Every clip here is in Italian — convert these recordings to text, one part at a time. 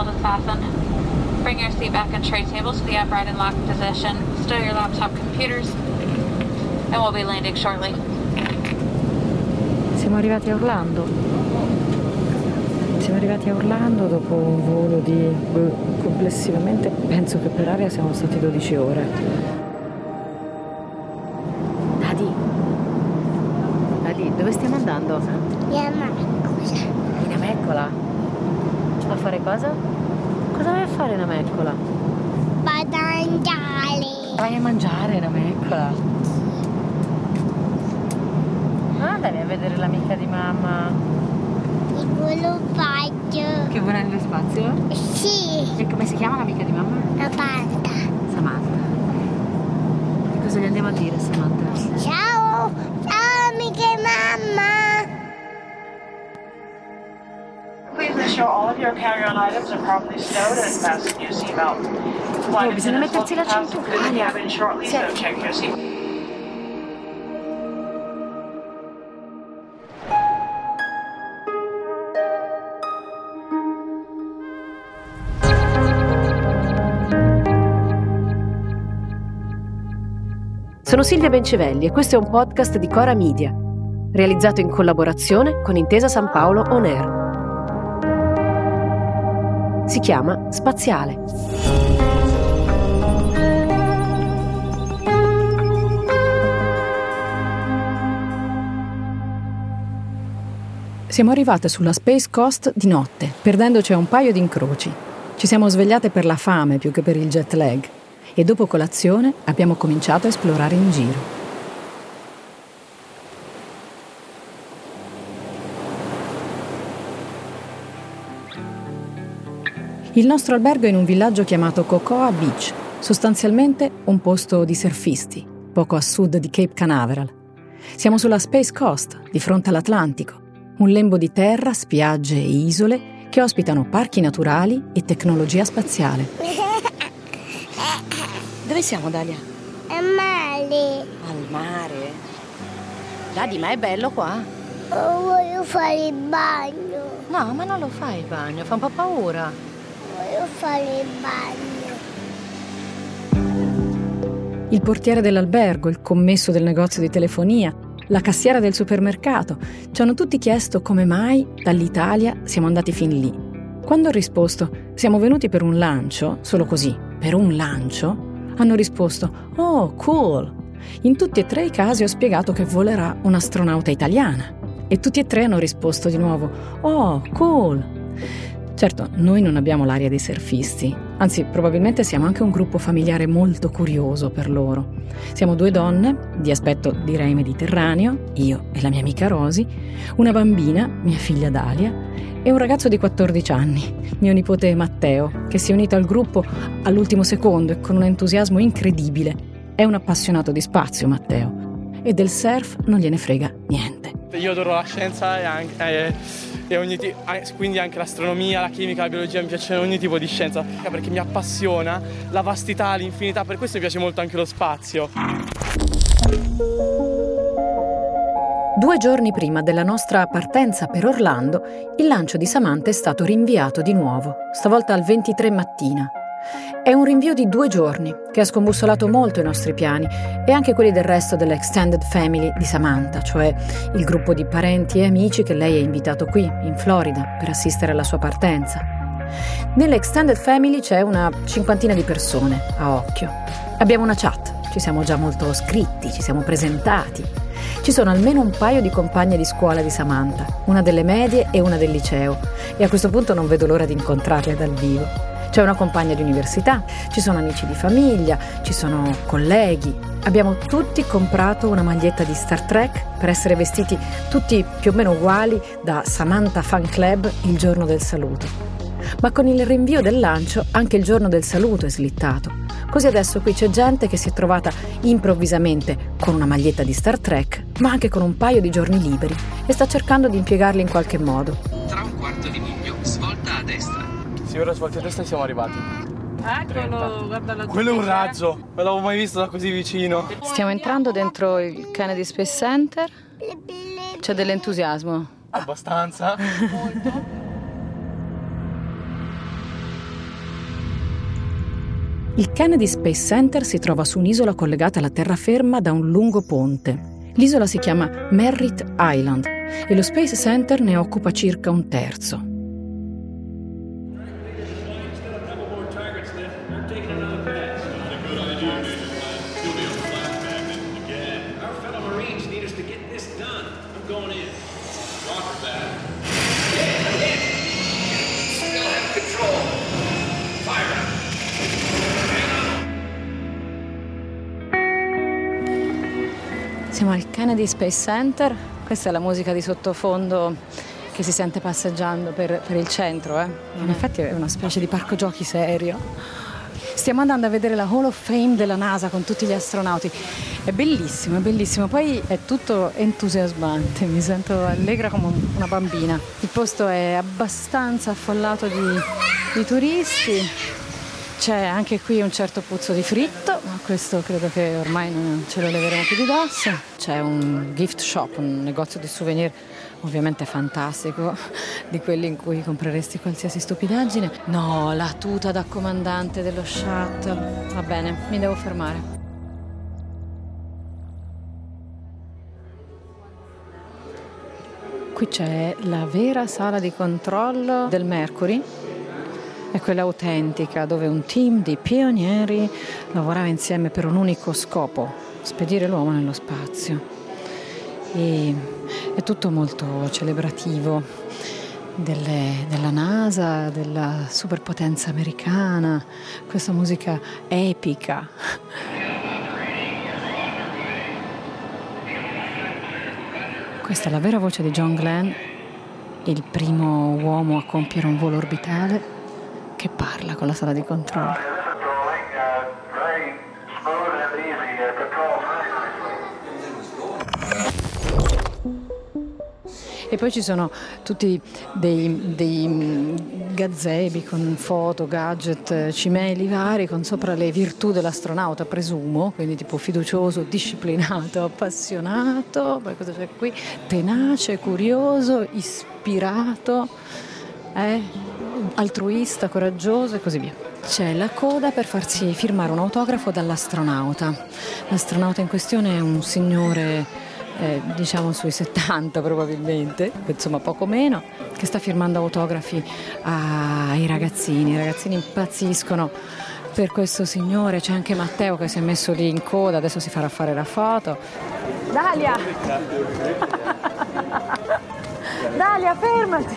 seatbelt is fastened. Bring your seat back and tray table to the upright and locked position. Stow your laptop computers, and we'll be landing shortly. Siamo arrivati a Orlando. Siamo arrivati a Orlando dopo un volo di complessivamente, penso che per aria siamo stati 12 ore. Dadi, dove stiamo andando? In Ameccola. A fare cosa? Cosa vai a fare in Ameccola? Vado a mangiare. Vai a mangiare in Ameccola. Andavi a vedere l'amica di mamma. Il volo spazio. Che vola nello spazio? Sì. E come si chiama l'amica di mamma? Samantha. Samantha. E cosa gli andiamo a dire, Samantha? Ciao. Ciao amiche e mamma. Please ensure all of your carry-on items are properly stowed and fasten your seatbelt. Flight bisogna attendants will mettersi be la passing through the cintura. cabin shortly, Sì. so check your seat. Sono Silvia Bencivelli e questo è un podcast di Cora Media, realizzato in collaborazione con Intesa San Paolo On Air. Si chiama Spaziale. Siamo arrivate sulla Space Coast di notte, perdendoci a un paio di incroci. Ci siamo svegliate per la fame più che per il jet lag e dopo colazione abbiamo cominciato a esplorare in giro. Il nostro albergo è in un villaggio chiamato Cocoa Beach, sostanzialmente un posto di surfisti, poco a sud di Cape Canaveral. Siamo sulla Space Coast, di fronte all'Atlantico, un lembo di terra, spiagge e isole che ospitano parchi naturali e tecnologia spaziale. Dove siamo, Dalia? È male. Al mare. Dadi, ma è bello qua? Oh, voglio fare il bagno. No, ma non lo fai il bagno, fa un po' paura. Voglio fare il bagno. Il portiere dell'albergo, il commesso del negozio di telefonia, la cassiera del supermercato ci hanno tutti chiesto come mai dall'Italia siamo andati fin lì. Quando ho risposto siamo venuti per un lancio, solo così, per un lancio, hanno risposto «Oh, cool!». In tutti e tre i casi ho spiegato che volerà un'astronauta italiana e tutti e tre hanno risposto di nuovo «Oh, cool!». Certo, noi non abbiamo l'aria dei surfisti, anzi probabilmente siamo anche un gruppo familiare molto curioso per loro. Siamo due donne, di aspetto direi mediterraneo, io e la mia amica Rosy, una bambina, mia figlia Dalia, e un ragazzo di 14 anni, mio nipote Matteo, che si è unito al gruppo all'ultimo secondo e con un entusiasmo incredibile. È un appassionato di spazio, Matteo, e del surf non gliene frega niente. Io adoro la scienza quindi anche l'astronomia, la chimica, la biologia, mi piace ogni tipo di scienza perché mi appassiona la vastità, l'infinità, per questo mi piace molto anche lo spazio. 2 giorni prima della nostra partenza per Orlando, il lancio di Samantha è stato rinviato di nuovo, stavolta al 23 mattina. È un rinvio di 2 giorni che ha scombussolato molto i nostri piani e anche quelli del resto dell'extended family di Samantha, cioè il gruppo di parenti e amici che lei ha invitato qui, in Florida, per assistere alla sua partenza. Nell'extended family c'è una 50 di persone, a occhio. Abbiamo una chat, ci siamo già molto scritti, ci siamo presentati. Ci sono almeno un paio di compagne di scuola di Samantha, una delle medie e una del liceo, e a questo punto non vedo l'ora di incontrarle dal vivo. C'è una compagna di università, ci sono amici di famiglia, ci sono colleghi. Abbiamo tutti comprato una maglietta di Star Trek per essere vestiti tutti più o meno uguali da Samantha Fan Club il giorno del saluto. Ma con il rinvio del lancio anche il giorno del saluto è slittato. Così adesso qui c'è gente che si è trovata improvvisamente con una maglietta di Star Trek, ma anche con un paio di giorni liberi e sta cercando di impiegarli in qualche modo. Tra un quarto di miglio, svolta a destra. Sì, ora svolti a destra e siamo arrivati. Eccolo, guarda la Quello è un raggio, non l'avevo mai visto da così vicino. Stiamo entrando dentro il Kennedy Space Center. C'è dell'entusiasmo. Abbastanza. Il Kennedy Space Center si trova su un'isola collegata alla terraferma da un lungo ponte. L'isola si chiama Merritt Island e lo Space Center ne occupa circa un terzo. Siamo al Kennedy Space Center, questa è la musica di sottofondo che si sente passeggiando per il centro. In effetti è una specie di parco giochi serio. Stiamo andando a vedere la Hall of Fame della NASA con tutti gli astronauti. È bellissimo, poi è tutto entusiasmante, mi sento allegra come una bambina. Il posto è abbastanza affollato di turisti. C'è anche qui un certo puzzo di fritto, ma questo credo che ormai non ce lo leveremo più di dosso. C'è un gift shop, un negozio di souvenir ovviamente fantastico, di quelli in cui compreresti qualsiasi stupidaggine. No, la tuta da comandante dello shuttle. Va bene, mi devo fermare. Qui c'è la vera sala di controllo del Mercury. È quella autentica dove un team di pionieri lavorava insieme per un unico scopo, spedire l'uomo nello spazio. E è tutto molto celebrativo della NASA, della superpotenza americana, questa musica epica. Questa è la vera voce di John Glenn, il primo uomo a compiere un volo orbitale, che parla con la sala di controllo. E poi ci sono tutti dei gazebi con foto, gadget, cimeli vari con sopra le virtù dell'astronauta, presumo, quindi tipo fiducioso, disciplinato, appassionato, poi cosa c'è qui? Tenace, curioso, ispirato, altruista, coraggioso e così via. C'è la coda per farsi firmare un autografo dall'astronauta. L'astronauta in questione è un signore diciamo sui 70 probabilmente, insomma poco meno, che sta firmando autografi ai ragazzini. I ragazzini impazziscono per questo signore. C'è anche Matteo che si è messo lì in coda, adesso si farà fare la foto. Dalia! Dalia, fermati!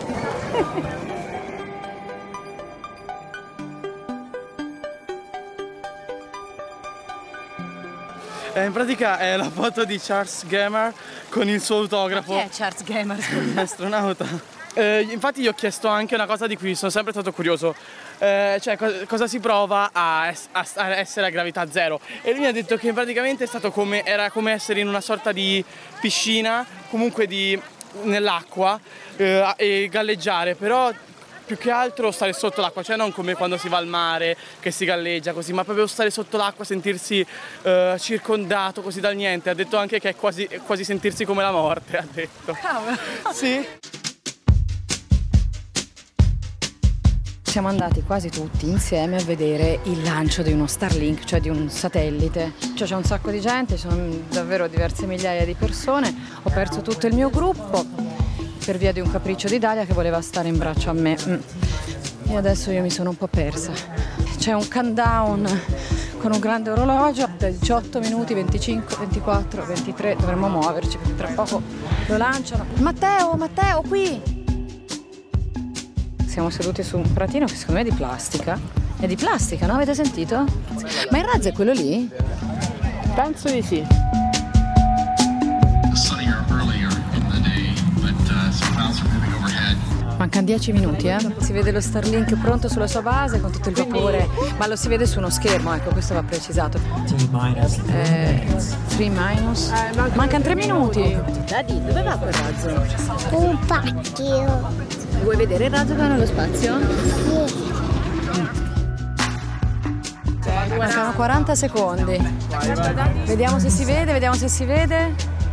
In pratica è la foto di Charles Gamer con il suo autografo. Ma chi è Charles Gamer? Astronauta. Infatti gli ho chiesto anche una cosa di cui sono sempre stato curioso, cioè cosa si prova a essere a gravità zero, e lui mi ha detto che praticamente era come essere in una sorta di piscina, comunque nell'acqua, e galleggiare, però più che altro stare sotto l'acqua, cioè non come quando si va al mare che si galleggia così, ma proprio stare sotto l'acqua, sentirsi circondato così dal niente. Ha detto anche che è quasi sentirsi come la morte, ha detto. Cavolo! Sì. Siamo andati quasi tutti insieme a vedere il lancio di uno Starlink, cioè di un satellite. Cioè c'è un sacco di gente, ci sono davvero diverse migliaia di persone. Ho perso tutto il mio gruppo per via di un capriccio di Dalia che voleva stare in braccio a me. E adesso io mi sono un po' persa. C'è un countdown con un grande orologio da 18 minuti, 25, 24, 23, dovremmo muoverci perché tra poco lo lanciano. Matteo, qui! Siamo seduti su un pratino che secondo me è di plastica. È di plastica, no? Avete sentito? Ma il razzo è quello lì? Penso di sì. Mancano 10 minuti, Si vede lo Starlink pronto sulla sua base con tutto il vapore, ma lo si vede su uno schermo, ecco, questo va precisato. T-. Mancano 3 minuti. Daddy, dove va quel razzo? Un pacchio. Vuoi vedere il razzo che va nello spazio? Sì. Mancano 40 secondi. Vediamo se si vede,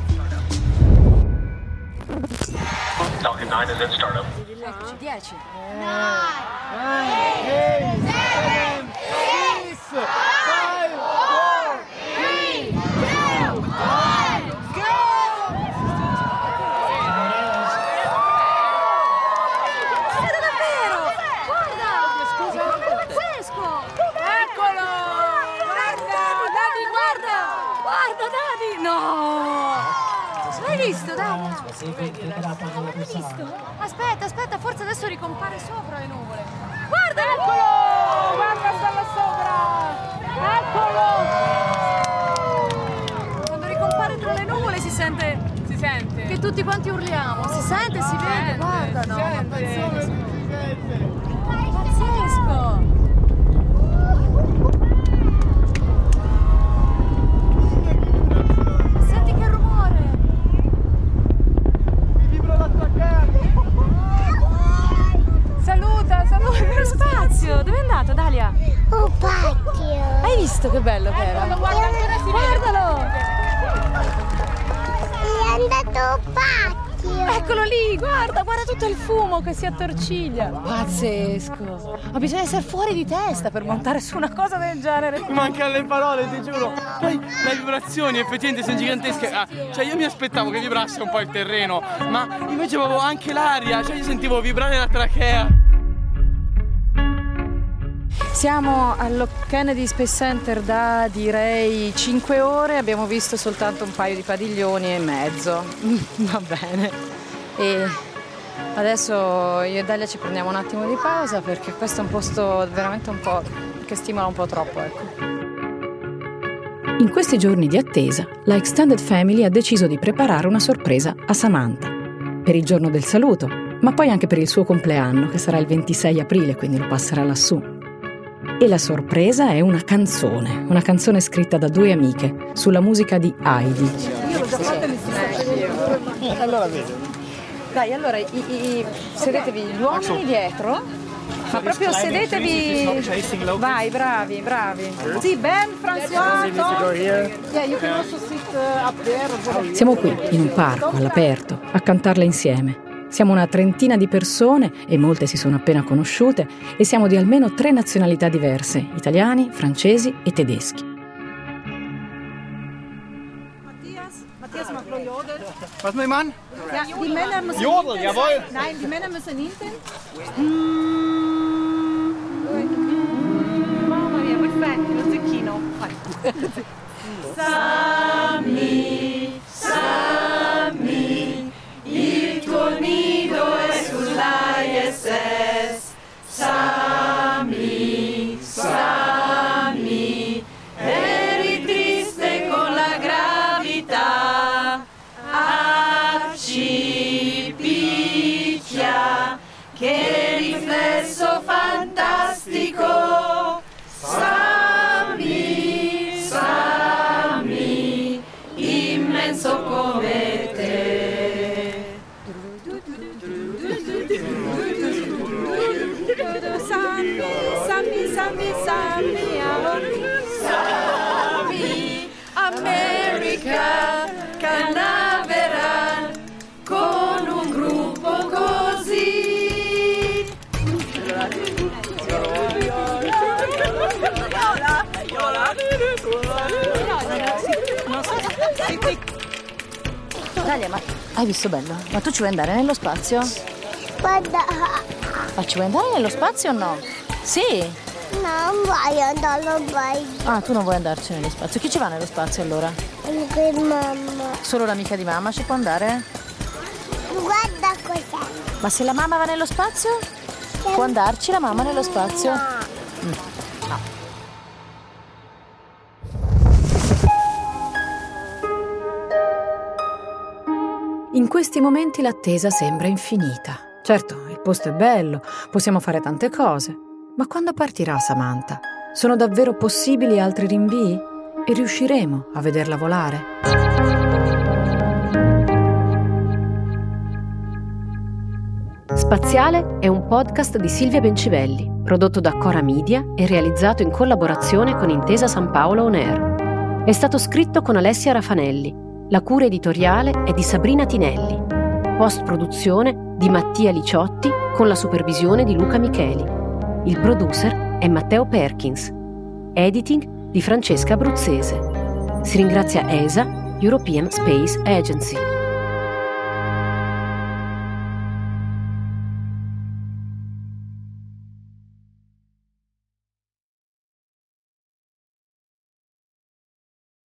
Falcon 9 is in startup. 10. 9, 8, 7, 6, Aspetta, forse adesso ricompare sopra le nuvole. Guarda, eccolo! Guarda, sta là sopra! Eccolo! Quando ricompare tra le nuvole si sente che tutti quanti urliamo. Si sente, si vede, guarda, no, ma pazzesco. Pazzesco! Senti che rumore! Mi vibra l'attaccante! Saluta lo spazio! Dove è andato, Dalia? Un pacchio. Hai visto che bello che era? Guardalo! È andato un pacchio. Eccolo lì, guarda tutto il fumo che si attorciglia. Pazzesco! Ma bisogna essere fuori di testa per montare su una cosa del genere. Mi mancano le parole, ti giuro. Poi le vibrazioni effettivamente sono gigantesche. Cioè io mi aspettavo che vibrasse un po' il terreno, ma invece avevo anche l'aria, cioè io sentivo vibrare la trachea. Siamo allo Kennedy Space Center da direi 5 ore, abbiamo visto soltanto un paio di padiglioni e mezzo. Va bene. E adesso io e Dalia ci prendiamo un attimo di pausa perché questo è un posto veramente un po' che stimola un po' troppo, ecco. In questi giorni di attesa, la Extended Family ha deciso di preparare una sorpresa a Samantha per il giorno del saluto, ma poi anche per il suo compleanno, che sarà il 26 aprile, quindi lo passerà lassù. E la sorpresa è una canzone scritta da 2 amiche sulla musica di Heidi. Io l'ho già fatta e Allora vedo. Dai, allora sedetevi gli uomini dietro, ma proprio sedetevi. Vai, bravi. Sì, Ben, François, Siamo qui, in un parco, all'aperto, a cantarla insieme. Siamo una trentina di persone e molte si sono appena conosciute e siamo di almeno 3 nazionalità diverse, italiani, francesi e tedeschi. Matthias macht nur Jodel. Was mein Mann? Ja, die Männer müssen Jodel, hinten jawohl. sein. Nein, die Männer müssen hinten. Mamma mia, perfetto, lo zecchino. Sammy, il tuo nido è sull'ISS. Sammy, eri triste con la gravità. Ci picchia, che riflesso fantastico. Sammy, immenso come te. Sammy, America, Canaveral, con un gruppo così. Dalia, ma hai visto bello? Ma tu ci vuoi andare nello spazio? Guarda. Ma ci vuoi andare nello spazio o no? Sì? Non voglio andare, Ah, tu non vuoi andarci nello spazio. Chi ci va nello spazio allora? anche mamma. Solo l'amica di mamma ci può andare? Guarda cos'è. Ma se la mamma va nello spazio? Può andarci la mamma nello spazio? No. In questi momenti l'attesa sembra infinita. Certo, il posto è bello, possiamo fare tante cose, ma quando partirà Samantha? Sono davvero possibili altri rinvii? E riusciremo a vederla volare? Spaziale è un podcast di Silvia Bencivelli, prodotto da Cora Media e realizzato in collaborazione con Intesa San Paolo On Air. È stato scritto con Alessia Rafanelli. La cura editoriale è di Sabrina Tinelli. Post-produzione di Mattia Liciotti con la supervisione di Luca Micheli. Il producer è Matteo Perkins. editing di Francesca Abruzzese. Si ringrazia ESA, European Space Agency.